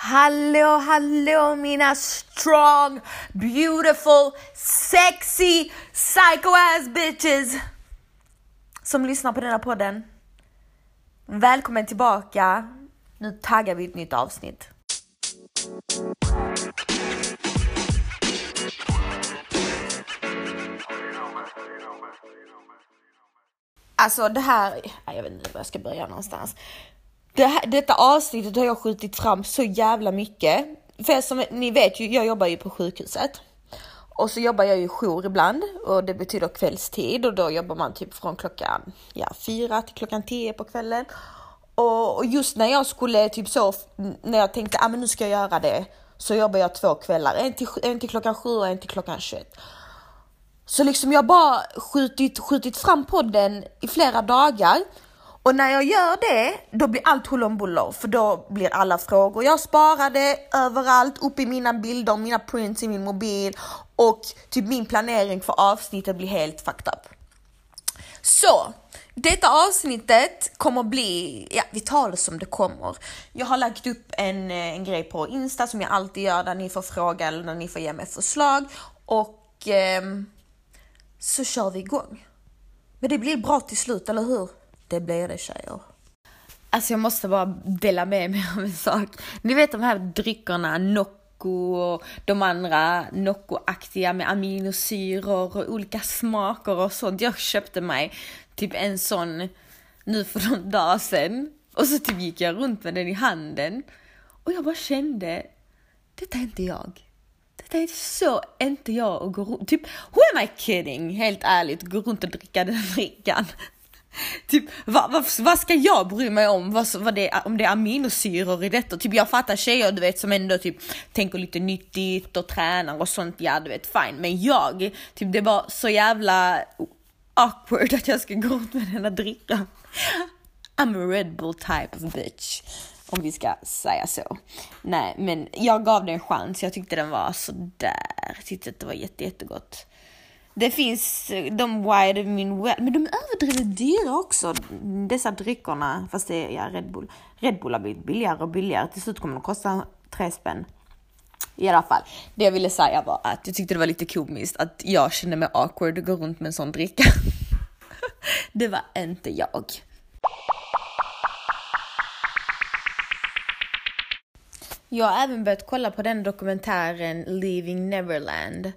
Hallå mina strong, beautiful, sexy, psycho ass bitches som lyssnar på den här podden. Välkommen tillbaka. Nu taggar vi ett nytt avsnitt. Alltså det här, jag vet inte var jag ska börja någonstans. Detta avsnittet har jag skjutit fram så jävla mycket. För som ni vet, jag jobbar ju på sjukhuset. Och så jobbar jag ju jour ibland. Och det betyder kvällstid. Och då jobbar man typ från klockan 4 till klockan 10 på kvällen. Och just när jag skulle typ så, när jag tänkte men nu ska jag göra det, så jobbar jag 2 kvällar. En till klockan 7 och en till klockan 21. Så liksom jag bara skjutit fram podden i flera dagar. Och när jag gör det, då blir allt hullombuller. För då blir alla frågor. Jag sparade överallt, upp i mina bilder, mina prints i min mobil. Och typ min planering för avsnittet blir helt fucked up. Så, detta avsnittet kommer bli, vi tar det som det kommer. Jag har lagt upp en grej på Insta som jag alltid gör, där ni får fråga eller när ni får ge mig förslag. Och så kör vi igång. Men det blir bra till slut, eller hur? Det blir det, tjejer. Alltså jag måste bara dela med mig av en sak. Ni vet de här dryckerna, Nocco och de andra Nocco-aktiga med aminosyror och olika smaker och sånt. Jag köpte mig typ en sån nu för någon dag sedan. Och så typ gick jag runt med den i handen. Och jag bara kände, detta är inte jag. Det är så inte jag att gå runt. Typ, who am I kidding? Helt ärligt, gå runt och dricka den drickan. Typ, vad ska jag bry mig om? Om det är aminosyror i detta? Typ, jag fattar tjejer, du vet, som ändå typ tänker lite nyttigt och tränar och sånt. Ja, du vet, fine. Men jag, typ, det var så jävla awkward att jag ska gå runt med den här drickan. I'm a Red Bull type of bitch, om vi ska säga så. Nej, men jag gav den en chans. Jag tyckte den var så där. Jag tyckte att det var jättegott. Det finns de vitamin well, men de är överdrivet dyra också, dessa dryckerna. Fast det är Red Bull. Red Bull har blivit billigare och billigare. Till slut kommer de kosta 3 spänn. I alla fall, det jag ville säga var att jag tyckte det var lite komiskt att jag kände mig awkward att gå runt med en sån dricka. Det var inte jag. Jag har även börjat kolla på den dokumentären Leaving Neverland.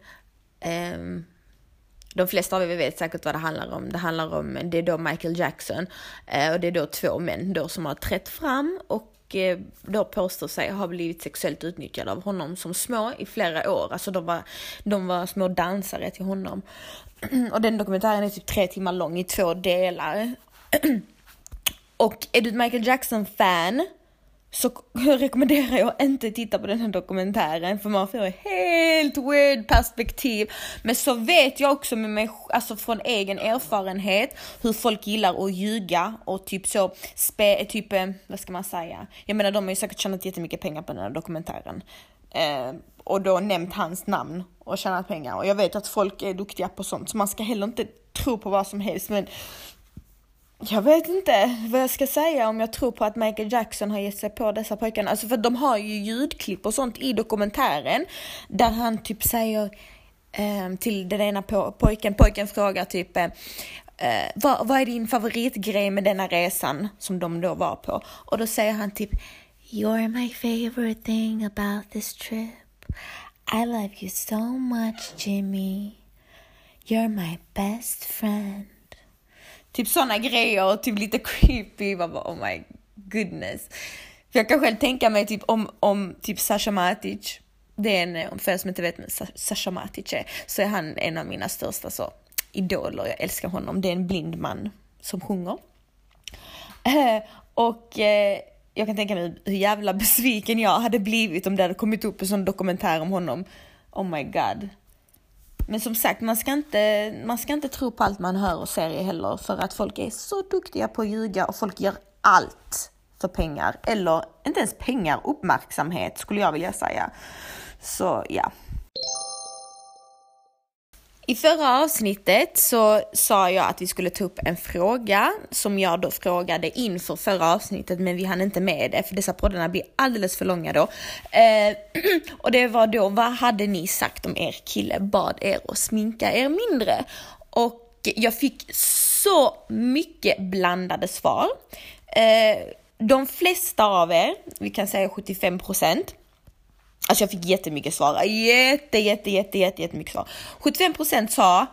De flesta av er vet säkert vad det handlar om. Det är då Michael Jackson och det är då 2 män då som har trätt fram och då påstår sig ha blivit sexuellt utnyttjade av honom som små i flera år. Alltså de var små dansare till honom. Och den dokumentären är typ 3 timmar lång i 2 delar. Och är du ett Michael Jackson-fan, så rekommenderar jag inte titta på den här dokumentären, för man får ett helt weird perspektiv. Men så vet jag också med mig, alltså från egen erfarenhet, hur folk gillar att ljuga och typ så vad ska man säga? Jag menar, de har ju säkert tjänat jättemycket pengar på den här dokumentären. Och då nämnt hans namn och tjänat pengar. Och jag vet att folk är duktiga på sånt, så man ska heller inte tro på vad som helst. Men jag vet inte vad jag ska säga om jag tror på att Michael Jackson har gett sig på dessa pojkarna. Alltså för de har ju ljudklipp och sånt i dokumentären där han typ säger till den ena pojken frågar typ vad är din favoritgrej med denna resan som de då var på? Och då säger han typ, you're my favorite thing about this trip. I love you so much, Jimmy. You're my best friend. Typ såna grejer och typ lite creepy. Oh my goodness. För jag kan själv tänka mig typ om typ Sasha Matic. Det är för er som inte vet vem Sasha Matic är, så är han en av mina största idoler. Jag älskar honom. Det är en blind man som sjunger. Och jag kan tänka mig hur jävla besviken jag hade blivit om det hade kommit upp en sån dokumentär om honom. Oh my god. Men som sagt, man ska inte tro på allt man hör och ser heller, för att folk är så duktiga på att ljuga och folk gör allt för pengar. Eller inte ens pengar, uppmärksamhet skulle jag vilja säga. Så ja. I förra avsnittet så sa jag att vi skulle ta upp en fråga som jag då frågade inför förra avsnittet, men vi hann inte med det för dessa poddarna blir alldeles för långa då. Och det var då, vad hade ni sagt om er kille bad er att sminka er mindre? Och jag fick så mycket blandade svar. De flesta av er, vi kan säga 75%, alltså jag fick jättemycket svar. Jättemycket svar. 75% sa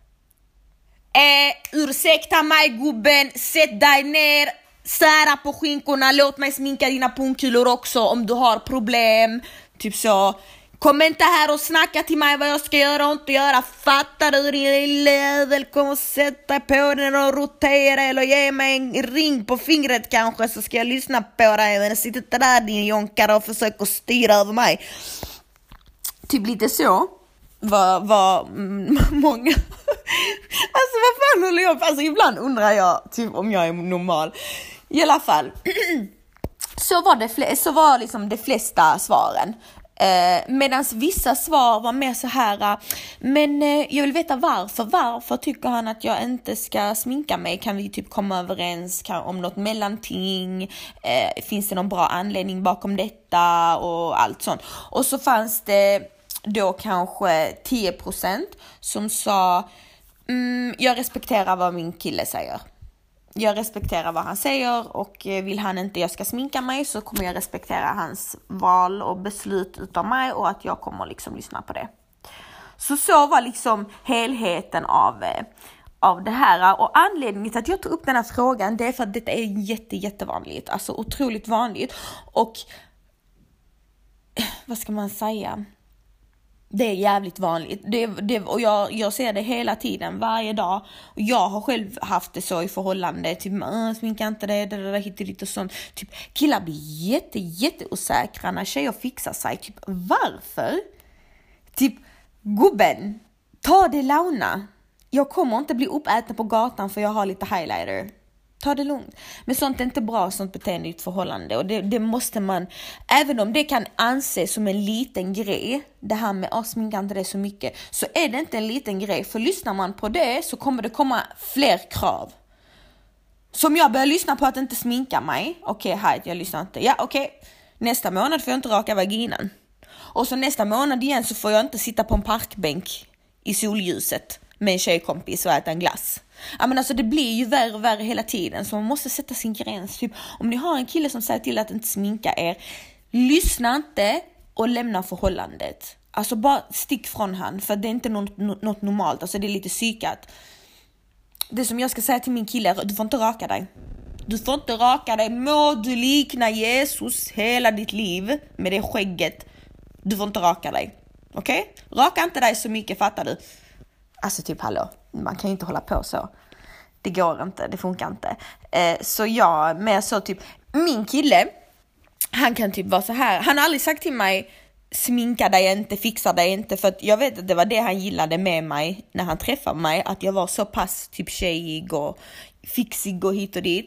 ursäkta mig gubben, sätt dig ner, sära på skinkorna, låt mig sminka dina pungkulor också om du har problem. Typ så. Kom inte här och snacka till mig vad jag ska göra och inte göra. Fattar du din level? Kom och sätt dig på den och rotera eller ge mig en ring på fingret kanske så ska jag lyssna på dig. Men sitt inte där din jonkare och försök att styra över mig. Typ lite så var många. Alltså vad fan håller jag på? Alltså ibland undrar jag typ om jag är normal. I alla fall. Så var liksom de flesta svaren. Medan vissa svar var mer så här, men jag vill veta varför tycker han att jag inte ska sminka mig, kan vi typ komma överens om något mellanting, finns det någon bra anledning bakom detta och allt sånt. Och så fanns det då kanske 10% som sa jag respekterar vad min kille säger. Jag respekterar vad han säger och vill han inte jag ska sminka mig så kommer jag respektera hans val och beslut utav mig och att jag kommer liksom lyssna på det. Så var liksom helheten av det här. Och anledningen till att jag tog upp den här frågan det är för att detta är jättevanligt. Alltså otroligt vanligt. Och vad ska man säga? Det är jävligt vanligt. Och jag ser det hela tiden, varje dag. Och jag har själv haft det så i förhållande. Typ, sminka inte det hit och dit och sånt. Typ, killar blir jätteosäkra när tjejer fixar sig. Typ, varför? Typ, gubben, ta det launa. Jag kommer inte bli uppäten på gatan för jag har lite highlighter. Ta det lugnt. Men sånt är inte bra, sånt beteende i ett förhållande. Och det måste man, även om det kan anses som en liten grej, det här med att sminka inte det så mycket, så är det inte en liten grej. För lyssnar man på det så kommer det komma fler krav. Som jag börjar lyssna på att inte sminka mig. Okej, jag lyssnar inte. Ja, okej. Nästa månad får jag inte raka vaginan. Och så nästa månad igen så får jag inte sitta på en parkbänk i solljuset med en tjejkompis och äta en glass. Ja, men alltså det blir ju värre och värre hela tiden. Så man måste sätta sin gräns. Typ, om ni har en kille som säger till att inte sminka er, lyssna inte och lämna förhållandet. Alltså bara stick från han. För det är inte något normalt. Alltså det är lite psykat. Det som jag ska säga till min kille är, du får inte raka dig. Du får inte raka dig. Må du likna Jesus hela ditt liv med det skägget. Du får inte raka dig. Okej? Raka inte dig så mycket, fattar du? Alltså typ hallå, man kan ju inte hålla på så. Det går inte, det funkar inte. Så jag med så typ, min kille, han kan typ vara så här. Han har aldrig sagt till mig, sminka dig inte, fixa dig inte. För att jag vet att det var det han gillade med mig när han träffade mig. Att jag var så pass typ tjejig och fixig och hit och dit.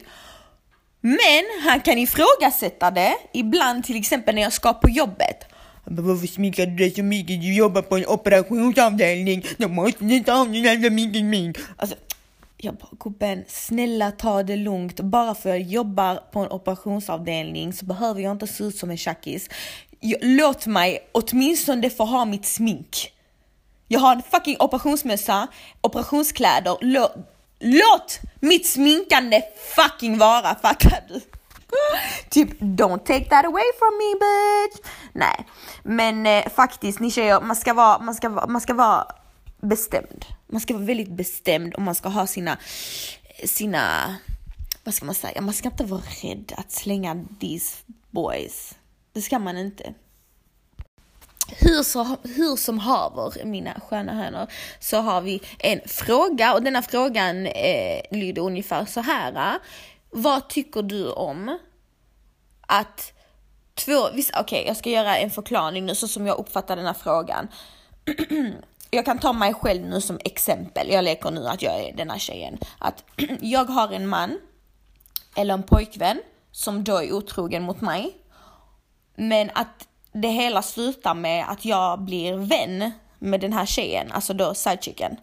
Men han kan ifrågasätta det ibland, till exempel när jag ska på jobbet. Varför sminkar du dig så mycket? Du jobbar på en operationsavdelning. De måste inte ha min. Alltså, jag bara, gubben, snälla ta det lugnt. Bara för att jag jobbar på en operationsavdelning så behöver jag inte se ut som en tjackis. Låt mig åtminstone få ha mitt smink. Jag har en fucking operationsmössa, operationskläder. Låt mitt sminkande fucking vara, fattar du? Typ, don't take that away from me, bitch. Nej, men faktiskt, ni tjejer, man ska vara bestämd. Man ska vara väldigt bestämd om man ska ha sina, vad ska man säga? Man ska inte vara rädd att slänga these boys. Det ska man inte. Hur som haver, mina sköna hönor, så har vi en fråga. Och denna frågan lyder ungefär så här. Vad tycker du om att okej, jag ska göra en förklaring nu så som jag uppfattar den här frågan. Jag kan ta mig själv nu som exempel. Jag leker nu att jag är den här tjejen. Att jag har en man eller en pojkvän som då är otrogen mot mig. Men att det hela slutar med att jag blir vän med den här tjejen, alltså då sidechicken.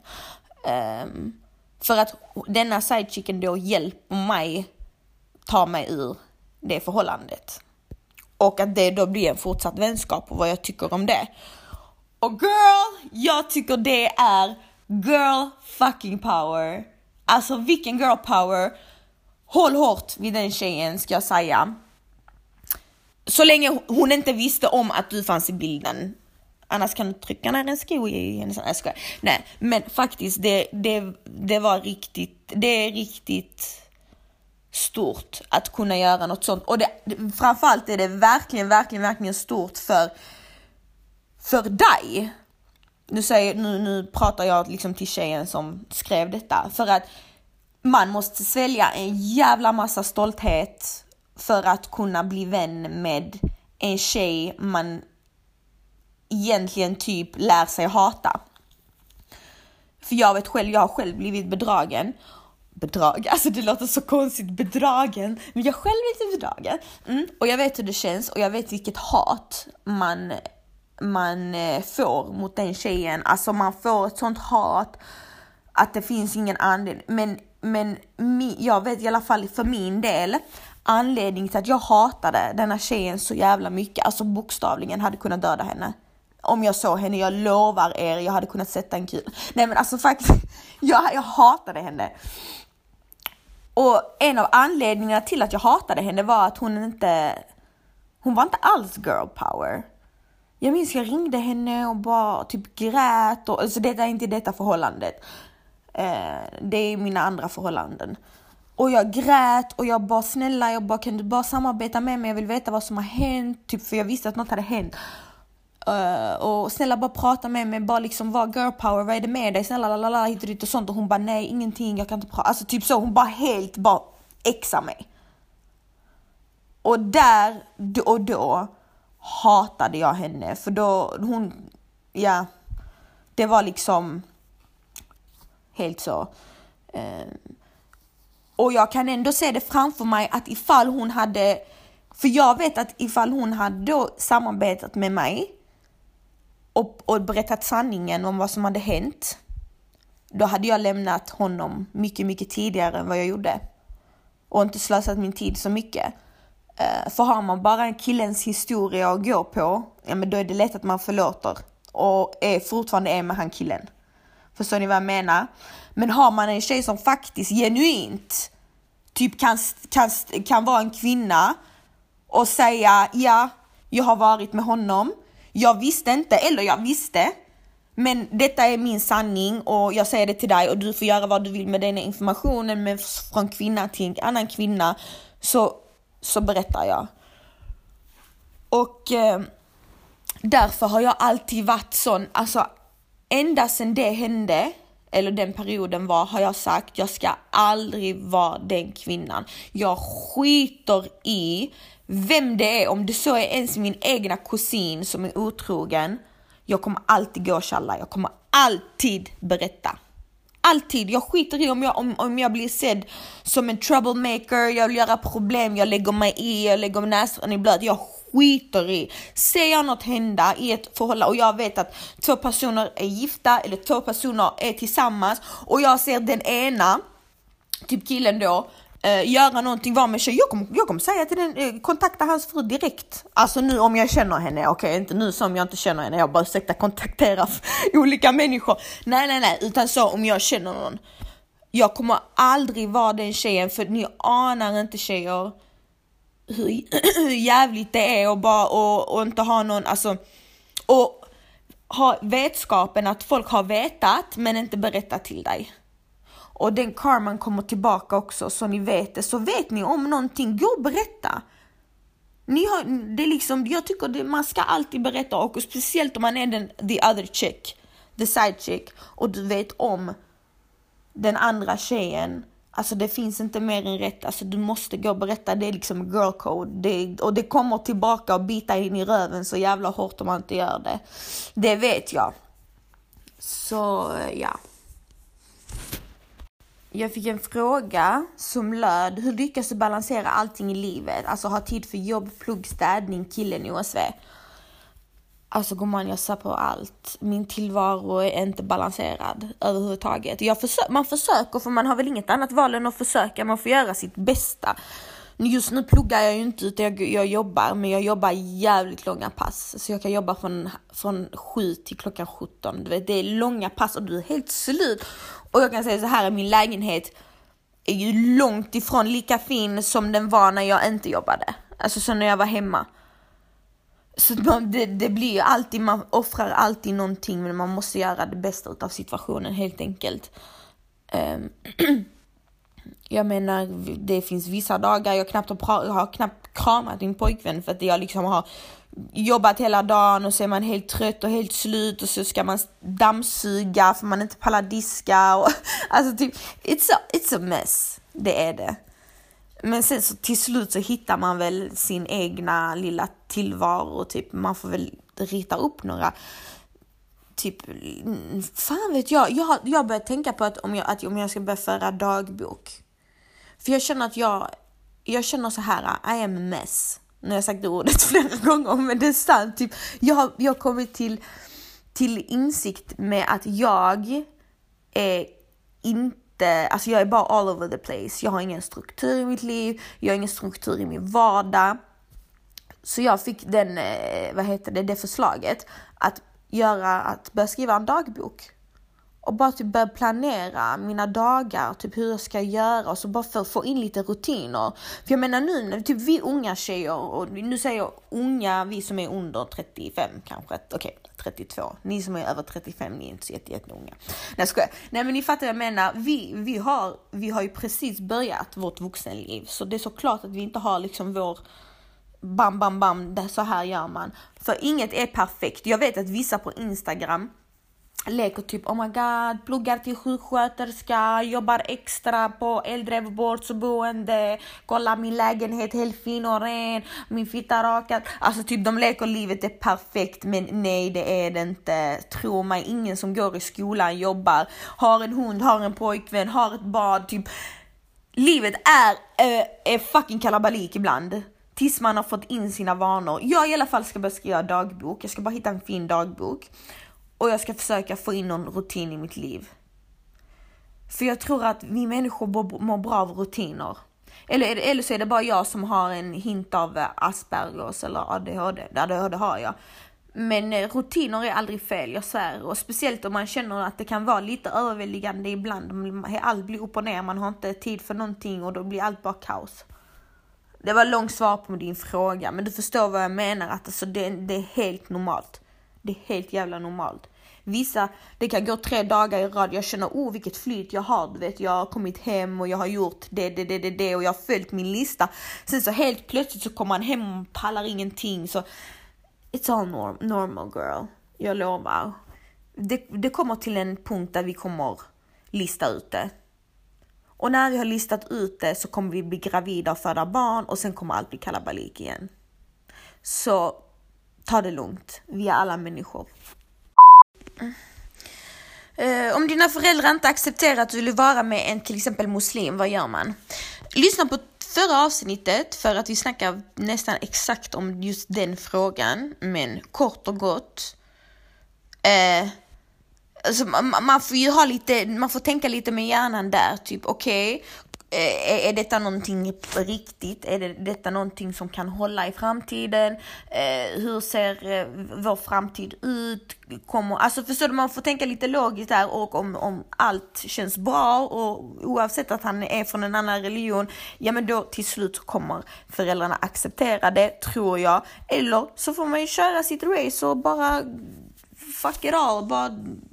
För att denna sidechicken då hjälper mig ta mig ur det förhållandet. Och att det då blir en fortsatt vänskap och vad jag tycker om det. Och girl, jag tycker det är girl fucking power. Alltså vilken girl power. Håll hårt vid den tjejen, ska jag säga. Så länge hon inte visste om att du fanns i bilden. Annars kan du trycka ner en sko i en sån här. Nej, men faktiskt det var riktigt, det är riktigt stort att kunna göra något sånt. Och framförallt är det verkligen stort för dig. Nu pratar jag liksom till tjejen som skrev detta. För att man måste svälja en jävla massa stolthet för att kunna bli vän med en tjej man egentligen typ lär sig hata. För jag har själv blivit bedragen. Alltså det låter så konstigt, bedragen. Men jag själv är blivit bedragen. Och jag vet hur det känns och jag vet vilket hat man får mot den tjejen. Alltså man får ett sånt hat att det finns ingen anledning. Men jag vet i alla fall för min del anledningen till att jag hatade denna tjejen så jävla mycket. Alltså bokstavligen hade kunnat döda henne. Om jag såg henne, jag lovar er, jag hade kunnat sätta en kul. Nej men alltså faktiskt, jag hatade henne. Och en av anledningarna till att jag hatade henne var att hon var inte alls girl power. Jag minns jag ringde henne och bara typ grät. Alltså det är inte detta förhållandet. Det är mina andra förhållanden. Och jag grät och jag bara snälla, kan du bara samarbeta med mig? Jag vill veta vad som har hänt. Typ för jag visste att något hade hänt. Och snälla bara prata med mig, bara liksom var girl power, vad är det med dig, snälla lalala, hit och dit och sånt. Och hon bara nej, ingenting, jag kan inte prata, alltså typ så, hon bara helt exar mig. Och då hatade jag henne, för då det var liksom helt så. Och jag kan ändå se det framför mig att ifall hon hade, för jag vet att ifall hon hade då samarbetat med mig och berättat sanningen om vad som hade hänt, då hade jag lämnat honom mycket, mycket tidigare än vad jag gjorde. Och inte slösat min tid så mycket. För har man bara en killens historia att gå på, ja men då är det lätt att man förlåter. Och fortfarande är med han killen. Förstår ni vad jag menar? Men har man en tjej som faktiskt genuint typ kan vara en kvinna och säga ja, jag har varit med honom. Jag visste inte, eller jag visste. Men detta är min sanning och jag säger det till dig och du får göra vad du vill med den informationen. Men från kvinna till en annan kvinna så berättar jag. Och därför har jag alltid varit sån. Alltså ända sedan det hände, eller den perioden har jag sagt jag ska aldrig vara den kvinnan. Jag skiter i vem det är, om det så är ens min egna kusin som är otrogen. Jag kommer alltid gå och tjalla. Jag kommer alltid berätta. Alltid. Jag skiter i om jag blir sedd som en troublemaker. Jag vill göra problem. Jag lägger mig i. Jag lägger näsan i blöd. Jag skiter i. Ser jag något hända i ett förhållande och jag vet att 2 personer är gifta eller 2 personer är tillsammans och jag ser den ena, typ killen då, göra någonting, vara med tjej, jag kommer säga till den, kontakta hans fru direkt. Alltså nu om jag känner henne, okej, inte nu som jag inte känner henne, jag bara sökte kontaktera olika människor. Nej, utan så om jag känner någon. Jag kommer aldrig vara den tjejen, för ni anar inte tjejer hur jävligt det är och inte ha någon, alltså, och ha vetskapen att folk har vetat men inte berättat till dig. Och den karman kommer tillbaka också, så ni vet det. Så vet ni om någonting, gå och berätta. Det är liksom, jag tycker man ska alltid berätta, och speciellt om man är the other chick, the side chick, och du vet om den andra tjejen. Alltså det finns inte mer än rätt. Alltså du måste gå och berätta. Det är liksom girl code. Och det kommer tillbaka och bita in i röven så jävla hårt om man inte gör det. Det vet jag. Så ja. Jag fick en fråga som löd: hur lyckas du balansera allting i livet? Alltså ha tid för jobb, plugg, städning, killen i OSV. Alltså gumman, jag sa på allt. Min tillvaro är inte balanserad överhuvudtaget. Man försöker, för man har väl inget annat val än att försöka. Man får göra sitt bästa. Just nu pluggar jag ju inte ut, jag jobbar. Men jag jobbar jävligt långa pass. Så jag kan jobba från 7 till klockan 17. Du vet, det är långa pass och du är helt slut. Och jag kan säga så här, min lägenhet är ju långt ifrån lika fin som den var när jag inte jobbade. Alltså så när jag var hemma. Så det blir ju alltid, man offrar alltid någonting, men man måste göra det bästa av situationen helt enkelt. Jag menar, det finns vissa dagar jag har knappt kramat min pojkvän för att jag liksom har jobbat hela dagen och så är man helt trött och helt slut och så ska man dammsuga för man inte pallar diska och alltså typ, it's a mess, det är det. Men sen så till slut så hittar man väl sin egna lilla tillvaro. Typ man får väl rita upp några. Typ, fan vet jag. Jag börjar tänka på att om jag ska börja föra dagbok. För jag känner att jag känner så här, I am a mess. Nu har jag sagt det ordet flera gånger, men det är sant. Typ, jag har kommit till insikt med att jag är inte, alltså jag är bara all over the place. Jag har ingen struktur i mitt liv. Jag har ingen struktur i min vardag. Så jag fick det förslaget att börja skriva en dagbok. Och bara typ börja planera mina dagar, typ hur jag ska göra. Och så bara för att få in lite rutiner. För jag menar nu, typ vi unga tjejer, och nu säger jag unga, vi som är under 35 kanske, okej, 32. Ni som är över 35, ni är inte så jätteunga. Nej, men ni fattar vad jag menar. Vi har ju precis börjat vårt vuxenliv. Så det är så klart att vi inte har liksom vår bam, så här gör man. För inget är perfekt. Jag vet att vissa på Instagram leker typ, oh my god, pluggar till sjuksköterska, jobbar extra på äldrevårdsboende, kollar min lägenhet helt fin och ren, min fitta rakad. Alltså typ de leker livet är perfekt, men nej, det är det inte. Tro mig, ingen som går i skolan jobbar, har en hund, har en pojkvän, har ett bad, typ. Livet är fucking kalabalik ibland. Tills man har fått in sina vanor. Jag i alla fall ska börja skriva dagbok. Jag ska bara hitta en fin dagbok. Och jag ska försöka få in någon rutin i mitt liv. För jag tror att vi människor mår bra av rutiner. Eller så är det bara jag som har en hint av Aspergers eller ADHD. ADHD har jag. Men rutiner är aldrig fel, jag svär. Och speciellt om man känner att det kan vara lite överväldigande ibland. Allt blir upp och ner, man har inte tid för någonting och då blir allt bara kaos. Det var långt svar på din fråga, men du förstår vad jag menar. Att alltså, det är helt normalt. Det är helt jävla normalt. Vissa, det kan gå 3 dagar i rad. Jag känner, vilket flyt jag har. Du vet, jag har kommit hem och jag har gjort det och jag har följt min lista. Sen så helt plötsligt så kommer man hem och pallar ingenting. Så it's all normal girl. Jag lovar. Det kommer till en punkt där vi kommer lista ut det. Och när vi har listat ut det så kommer vi bli gravida och föda barn. Och sen kommer allt bli kalabalik igen. Så ta det lugnt. Vi är alla människor. Om dina föräldrar inte accepterar att du vill vara med en till exempel muslim, vad gör man? Lyssna på förra avsnittet för att vi snackar nästan exakt om just den frågan. Men kort och gott. Alltså man får tänka lite med hjärnan där. Typ okej, är detta någonting riktigt? Är detta någonting som kan hålla i framtiden? Hur ser vår framtid ut? Alltså förstår du, man får tänka lite logiskt där. Och om allt känns bra och oavsett att han är från en annan religion, ja men då till slut kommer föräldrarna acceptera det, tror jag. Eller så får man ju köra sitt race och bara fuck it all. Bara,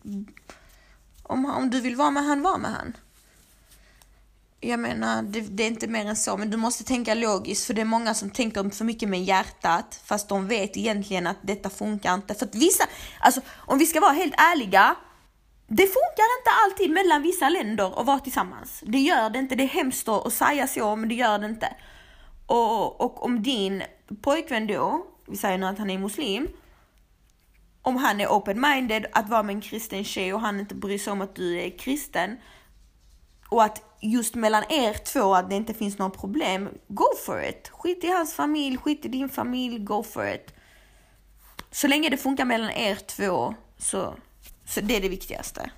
om du vill vara med han, var med han. Jag menar, det är inte mer än så. Men du måste tänka logiskt. För det är många som tänker för mycket med hjärtat. Fast de vet egentligen att detta funkar inte. För att vissa, alltså om vi ska vara helt ärliga, det funkar inte alltid mellan vissa länder att vara tillsammans. Det gör det inte. Det är hemskt att säga så, men det gör det inte. Och om din pojkvän då, vi säger nu att han är muslim, om han är open-minded att vara med en kristen tjej och han inte bryr sig om att du är kristen, och att just mellan er två att det inte finns några problem, go for it. Skit i hans familj, skit i din familj, go for it. Så länge det funkar mellan er två, så det är det viktigaste.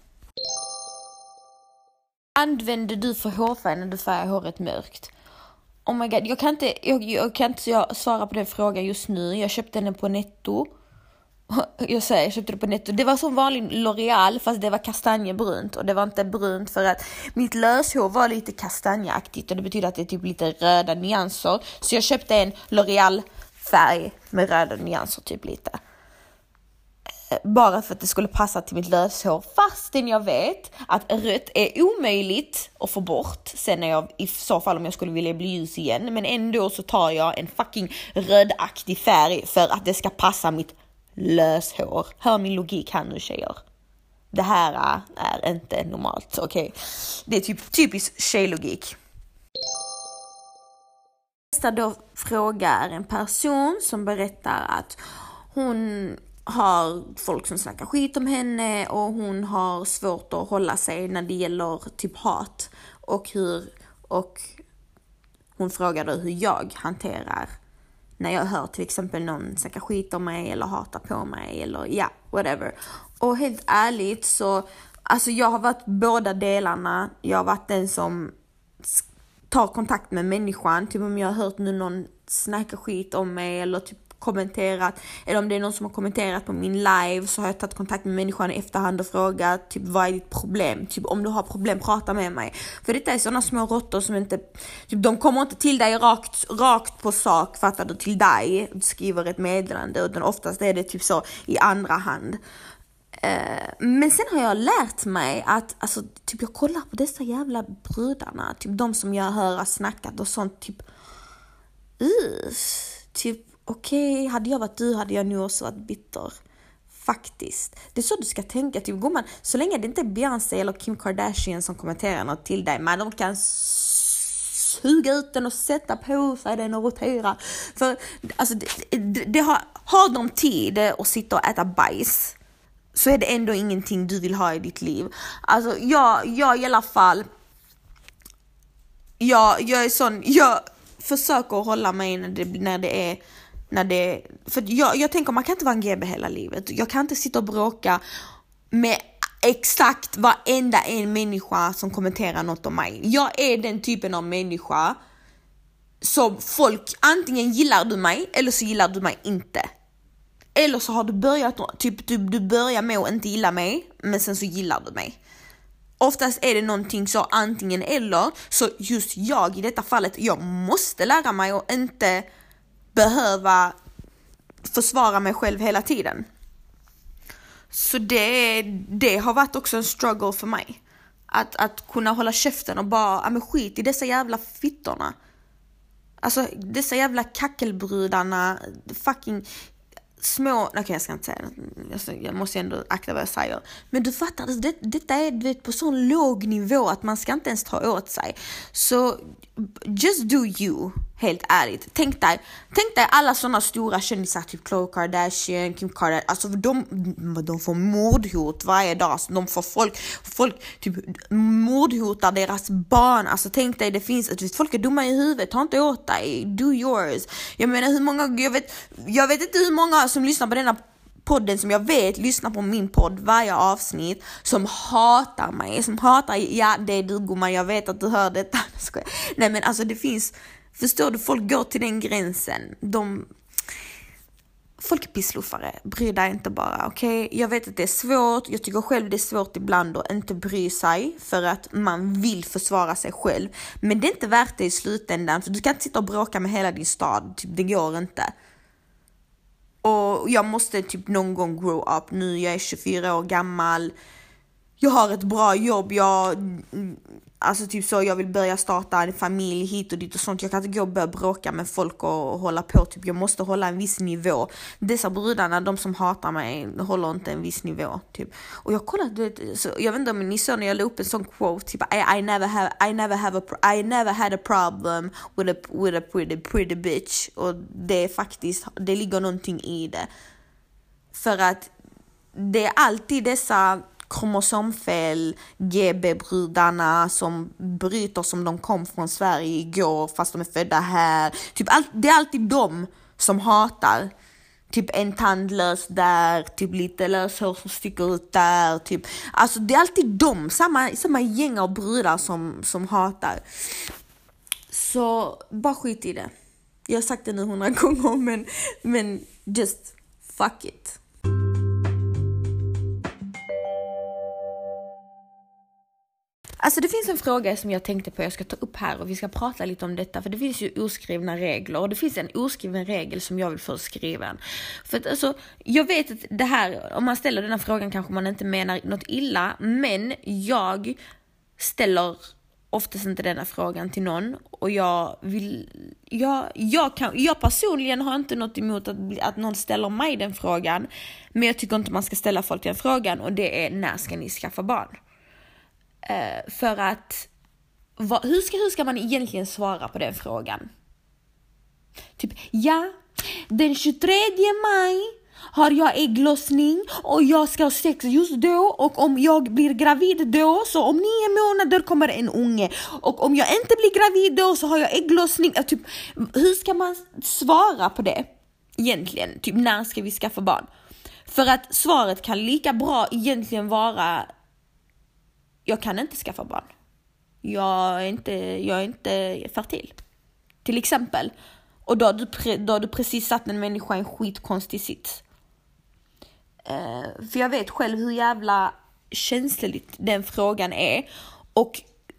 Använder du för hårfärg när du färgar håret mörkt? Oh my god, jag kan inte svara på den frågan just nu. Jag köpte den på Netto. Jag köpte det på Netto. Det var som vanlig L'Oreal, fast det var kastanjebrunt. Och det var inte brunt för att mitt löshår var lite kastanjaktigt. Och det betyder att det är typ lite röda nyanser. Så jag köpte en L'Oreal färg med röda nyanser typ lite. Bara för att det skulle passa till mitt löshår. Fastän jag vet att rött är omöjligt att få bort. Sen när jag, i så fall om jag skulle vilja bli ljus igen. Men ändå så tar jag en fucking rödaktig färg för att det ska passa mitt löshår. Hör min logik här nu, tjejer. Det här är inte normalt, okej? Det är typisk tjejlogik. Nästa då fråga är en person som berättar att hon har folk som snackar skit om henne och hon har svårt att hålla sig när det gäller typ hat. Och hon frågar då hur jag hanterar när jag hör till exempel någon snacka skit om mig eller hatar på mig eller whatever. Och helt ärligt så, alltså jag har varit båda delarna. Jag har varit den som tar kontakt med människan. Typ om jag har hört nu någon snacka skit om mig eller typ kommenterat, eller om det är någon som har kommenterat på min live, så har jag tagit kontakt med människan i efterhand och frågat typ vad är ditt problem? Typ om du har problem, prata med mig. För detta är sådana små råttor som inte, typ de kommer inte till dig rakt på sak, fattar du, till dig, du skriver ett meddelande, utan oftast är det typ så i andra hand. Men sen har jag lärt mig att alltså, typ jag kollar på dessa jävla brudarna, typ de som jag hör har snackat och sånt, typ okej, hade jag varit du hade jag nu också varit bitter. Faktiskt. Det är så du ska tänka. Typ, gumman, så länge det inte är Beyoncé eller Kim Kardashian som kommenterar något till dig, men de kan suga ut den och sätta på sig den och rotera. För alltså, har de tid att sitta och äta bajs, så är det ändå ingenting du vill ha i ditt liv. Alltså jag i alla fall, jag är sån, jag försöker hålla mig när det för jag tänker man kan inte vara en GB hela livet. Jag kan inte sitta och bråka med exakt varenda en människa som kommenterar något om mig. Jag är den typen av människa som folk, antingen gillar du mig eller så gillar du mig inte. Eller så har du börjat du börjar med att inte gilla mig, men sen så gillar du mig. Oftast är det någonting så antingen eller. Så just jag i detta fallet, jag måste lära mig att inte behöva försvara mig själv hela tiden. Så det har varit också en struggle för mig. Att kunna hålla käften och bara, men skit i dessa jävla fittorna. Alltså dessa jävla kackelbrudarna, fucking små, okej, jag ska inte säga det. Jag måste ändå akta vad jag säger. Men du fattar, detta är på sån låg nivå att man ska inte ens ta åt sig. Så just do you, helt ärligt. Tänk dig alla såna stora kändisar, typ Khloe Kardashian, Kim Kardashian, alltså de får mordhot varje dag. Så de får folk typ mordhotar deras barn. Alltså tänk dig, det finns folk är dumma i huvudet, ta inte åt dig, do yours. Jag menar hur många, jag vet inte hur många som lyssnar på denna podden som jag vet lyssnar på min podd varje avsnitt, som hatar mig, som hatar, ja det är du gumman, jag vet att du hör detta. Nej men alltså det finns, förstår du, folk går till den gränsen. Folk är pissluffare, bry dig inte bara, okej? Jag vet att det är svårt, jag tycker själv det är svårt ibland att inte bry sig för att man vill försvara sig själv. Men det är inte värt det i slutändan, för du kan inte sitta och bråka med hela din stad, typ, det går inte. Och jag måste typ någon gång grow up nu, jag är 24 år gammal. Jag har ett bra jobb, alltså typ så, jag vill börja starta en familj hit och dit och sånt. Jag kan inte gå och börja bråka med folk och hålla på, typ jag måste hålla en viss nivå. Dessa brudarna, de som hatar mig, håller inte en viss nivå typ. Och jag kollade, så jag vet inte om ni såg när jag la upp en sån quote typ I never had a problem with a pretty bitch. Och det är faktiskt, det ligger någonting i det. För att det är alltid dessa kromosomfel, GB-brudarna som bryter som de kom från Sverige igår fast de är födda här. Typ det är alltid de som hatar. typ en tandlös där, typ lite löshår som sticker ut där, typ. Alltså det är alltid samma gäng av brudar som hatar. Så bara skit i det. Jag har sagt det nu 100 gånger, men just fuck it. Alltså det finns en fråga som jag tänkte på jag ska ta upp här och vi ska prata lite om detta. För det finns ju oskrivna regler och det finns en oskriven regel som jag vill förskriva. För att alltså, jag vet att det här, om man ställer den här frågan kanske man inte menar något illa. Men jag ställer oftast inte denna frågan till någon. Och jag personligen har inte något emot att någon ställer mig den frågan. Men jag tycker inte man ska ställa folk den frågan och det är när ska ni skaffa barn? För att hur ska man egentligen svara på den frågan? Typ, ja, den 23 maj har jag ägglossning och jag ska ha sex just då och om jag blir gravid då så om 9 månader kommer en unge och om jag inte blir gravid då så har jag ägglossning. Typ, hur ska man svara på det egentligen? Typ, när ska vi skaffa barn? För att svaret kan lika bra egentligen vara jag kan inte skaffa barn. Jag är inte fertil. Till exempel. Och då har du precis satt en människa i en skitkonstig sits. För jag vet själv hur jävla känsligt den frågan är. Och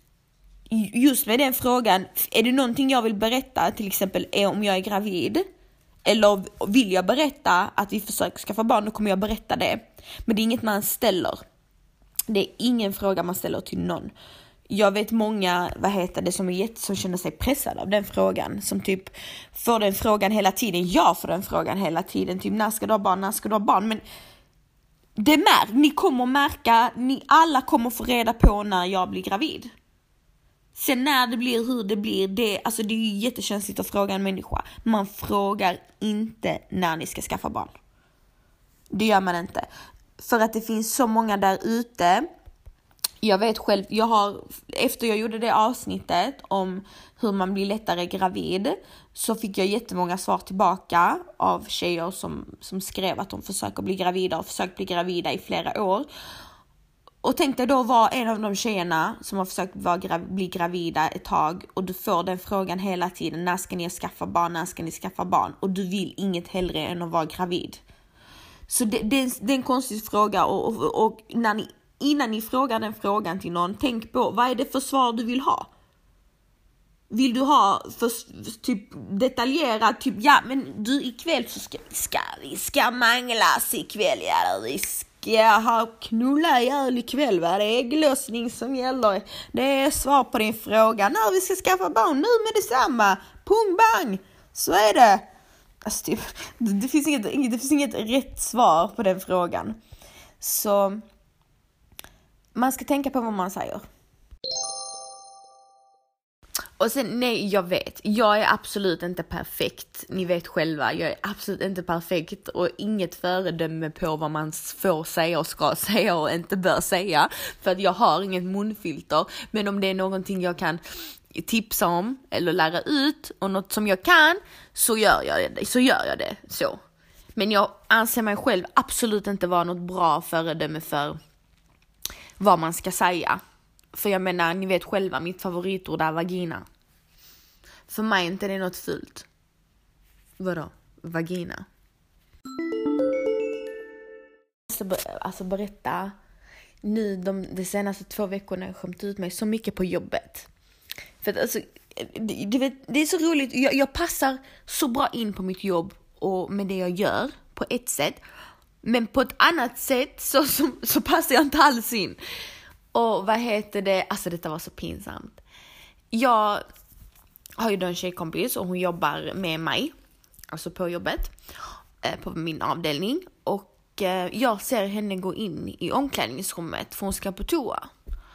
just med den frågan, är det någonting jag vill berätta, till exempel är om jag är gravid, eller vill jag berätta att vi försöker skaffa barn, då kommer jag berätta det. Men det är inget man ställer. Det är ingen fråga man ställer till någon. Jag vet många, som känner sig pressade av den frågan. Som typ får den frågan hela tiden. Jag får den frågan hela tiden. Typ, när ska du ha barn? Men ni kommer märka, ni alla kommer få reda på när jag blir gravid. Sen när det blir, hur det blir, det är ju jättekänsligt att fråga en människa. Man frågar inte när ni ska skaffa barn. Det gör man inte. För att det finns så många där ute. Jag vet själv, efter jag gjorde det avsnittet om hur man blir lättare gravid, så fick jag jättemånga svar tillbaka av tjejer som skrev att de försöker bli gravida och försökt bli gravida i flera år. Och tänkte då vara en av de tjejerna som har försökt bli gravida ett tag och du får den frågan hela tiden, när ska ni skaffa barn? Och du vill inget hellre än att vara gravid. Så det är en konstig fråga och innan ni frågar den frågan till någon, tänk på vad är det för svar du vill ha. Vill du ha för typ detaljerat, typ ja men du ikväll så vi ska manglas ikväll, ja vi ska ha knulla ihjäl ikväll, vad det är ägglossning som gäller. Det är svar på din fråga, när vi ska skaffa barn, nu med detsamma, pung bang, så är det. Alltså, typ, det finns inget rätt svar på den frågan. Så man ska tänka på vad man säger. Och sen, nej, jag vet. Jag är absolut inte perfekt. Ni vet själva, jag är absolut inte perfekt. Och inget föredöme på vad man får säga och ska säga och inte bör säga. För att jag har inget munfilter. Men om det är någonting jag kan tipsa om eller lära ut och något som jag kan, så gör jag det. Så. Men jag anser mig själv absolut inte vara något bra föredöme för vad man ska säga. För jag menar, ni vet själva, mitt favoritord är vagina. För mig är inte det något fult. Vadå? Vagina. Alltså berätta. Nu de senaste 2 veckorna har jag skämt ut mig så mycket på jobbet. För att alltså, det är så roligt. Jag passar så bra in på mitt jobb och med det jag gör på ett sätt. Men på ett annat sätt så passar jag inte alls in. Och alltså detta var så pinsamt. Jag har ju då en tjejkompis och hon jobbar med mig. Alltså på jobbet. På min avdelning. Och jag ser henne gå in i omklädningsrummet för hon ska på toa.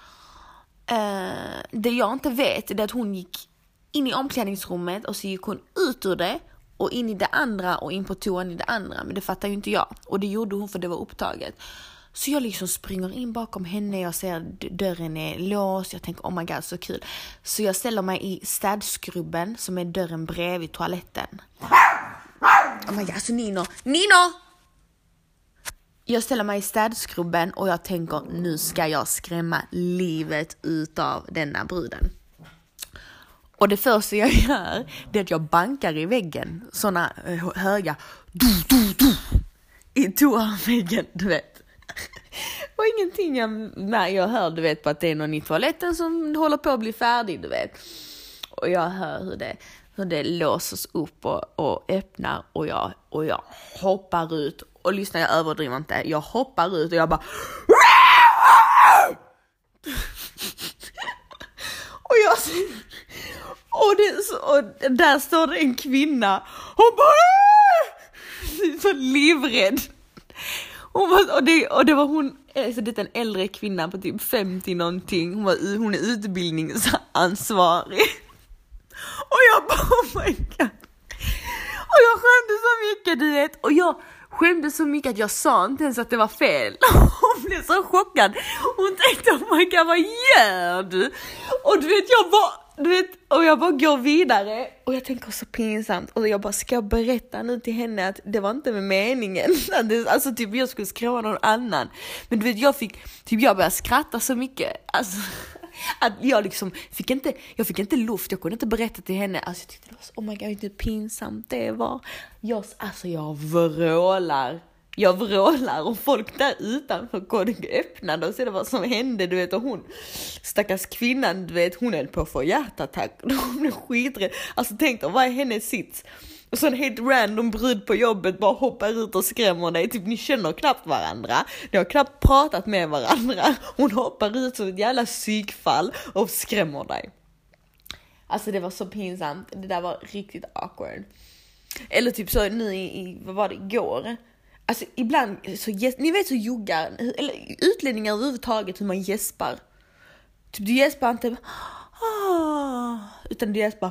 Det jag inte vet är att hon gick in i omklädningsrummet och så gick hon ut ur det och in i det andra och in på toan i det andra. Men det fattar ju inte jag. Och det gjorde hon för det var upptaget. Så jag liksom springer in bakom henne. Jag ser dörren är låst. Jag tänker, oh my god, så kul. Så jag ställer mig i städskrubben som är dörren bredvid toaletten. Oh my God, alltså Nino! Jag ställer mig i städskrubben och jag tänker, nu ska jag skrämma livet utav denna bruden. Och det första jag gör, det är att jag bankar i väggen. Såna höga i toaväggen, du vet. Och ingenting jag hör, du vet, på att det är någon i toaletten som håller på att bli färdig, du vet. Och jag hör hur det låses upp och öppnar och jag hoppar ut. Och lyssna, jag överdriver inte. Jag hoppar ut och jag bara... Och där står det en kvinna. Hon bara... Så livrädd. Och det var hon, alltså det är en äldre kvinna på typ 50 någonting. Hon är utbildningsansvarig. Och jag bara, oh my God. Och jag skämde så mycket, du vet. Och jag skämde så mycket att jag sa inte ens att det var fel. Hon blev så chockad. Hon tänkte, oh my God, vad gör du? Och du vet, jag bara går vidare. Och jag tänker, så pinsamt. Och jag bara, ska jag berätta nu till henne att det var inte med meningen. Alltså typ jag skulle skrämma någon annan. Men du vet, jag började skratta så mycket. Alltså... att jag liksom fick inte luft, jag kunde inte berätta till henne. Alltså jag tyckte det var så, oh my God, inte pinsamt det var. Jag vrålar och folk där utanför kunde öppnade och se vad som hände, du vet. Och hon, stackars kvinnan, du vet, hon höll på att få hjärtattack. Hon blev skiträdd. Alltså tänk dig, vad är hennes sits? Och så en helt random brud på jobbet bara hoppar ut och skrämmer dig. Typ ni känner knappt varandra. Ni har knappt pratat med varandra. Hon hoppar ut som ett jävla psykfall och skrämmer dig. Alltså det var så pinsamt. Det där var riktigt awkward. Eller typ så nu vad var det, igår? Alltså ibland så ni vet så juggar, eller utlänningar överhuvudtaget hur man gäspar. Typ du gäspar inte utan du gäspar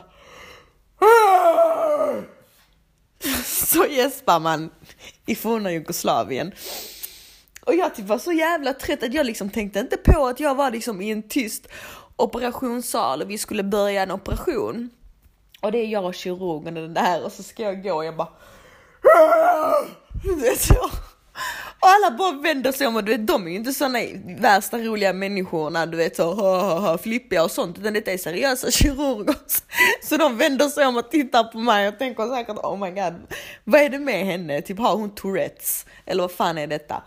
så gäspar man i forna Jugoslavien. Och jag typ var så jävla trött att jag liksom tänkte inte på att jag var liksom i en tyst operationssal och vi skulle börja en operation. Och det är jag och kirurgen och den där, och så ska jag gå och jag bara det är så. Och alla bara vänder sig om och du vet, de är ju inte såna värsta roliga människorna, du vet, så flippiga och sånt, utan det är seriösa kirurger. Så de vänder sig om och tittar på mig och tänker säkert, oh my God, vad är det med henne? Typ, har hon Tourettes? Eller vad fan är detta?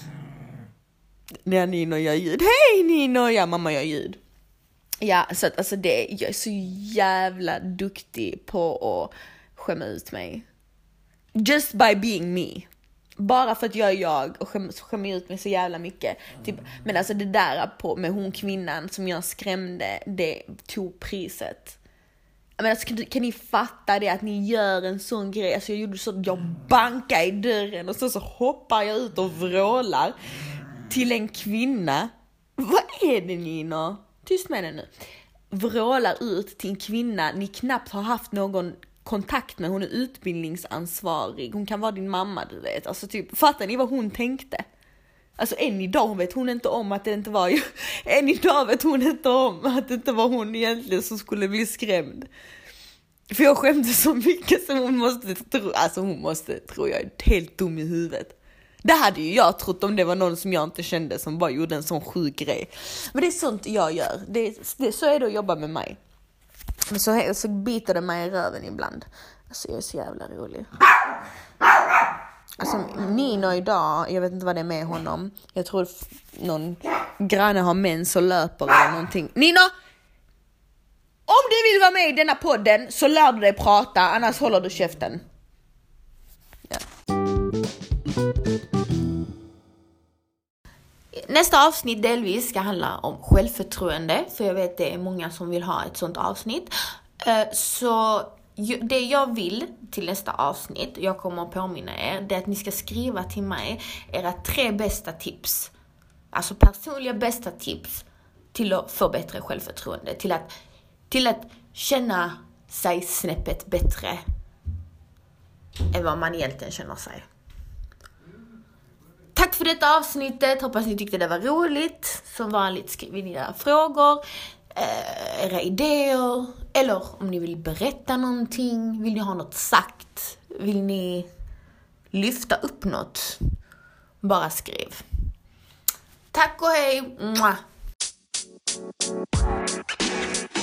När Nino gör ljud. Hej Nino! Ja, mamma gör ljud. Ja, så att alltså jag är så jävla duktig på att skämma ut mig. Just by being me. Bara för att jag och skämmer ut mig så jävla mycket. Typ, men alltså det där med hon kvinnan som jag skrämde, det tog priset. Men alltså, kan ni fatta det att ni gör en sån grej? Alltså jag gjorde så att jag bankade i dörren och så hoppar jag ut och vrålar till en kvinna. Vad är det, Nino? Tyst med det nu. Vrålar ut till en kvinna ni knappt har haft någon kontakt med. Hon är utbildningsansvarig. Hon kan vara din mamma, du vet. Alltså typ, fattar ni vad hon tänkte? Alltså än idag vet hon inte om att det inte var ju... Än idag vet hon inte om att det inte var hon egentligen som skulle bli skrämd. För jag skämde så mycket så hon måste tro jag är helt dum i huvudet. Det hade ju jag trott om det var någon som jag inte kände som bara gjorde en sån sjuk grej. Men det är sånt jag gör. Så är det att jobba med mig. Men så biter det mig i röven ibland. Alltså jag är så jävla rolig. Alltså Nino idag, jag vet inte vad det är med honom. Jag tror någon granne har mens och löper eller någonting. Nino! Om du vill vara med i denna podden så lär du dig prata, annars håller du käften. Ja. Nästa avsnitt delvis ska handla om självförtroende, för jag vet det är många som vill ha ett sånt avsnitt. Så det jag vill till nästa avsnitt, jag kommer att påminna er, det är att ni ska skriva till mig era 3 bästa tips. Alltså personliga bästa tips till att få bättre självförtroende, till att känna sig snäppet bättre än vad man egentligen känner sig. Tack för detta avsnittet. Hoppas ni tyckte det var roligt. Som vanligt skriv ni era frågor, era idéer, eller om ni vill berätta någonting, vill ni ha något sagt, Vill ni lyfta upp något? Bara skriv. Tack och hej! Mwah.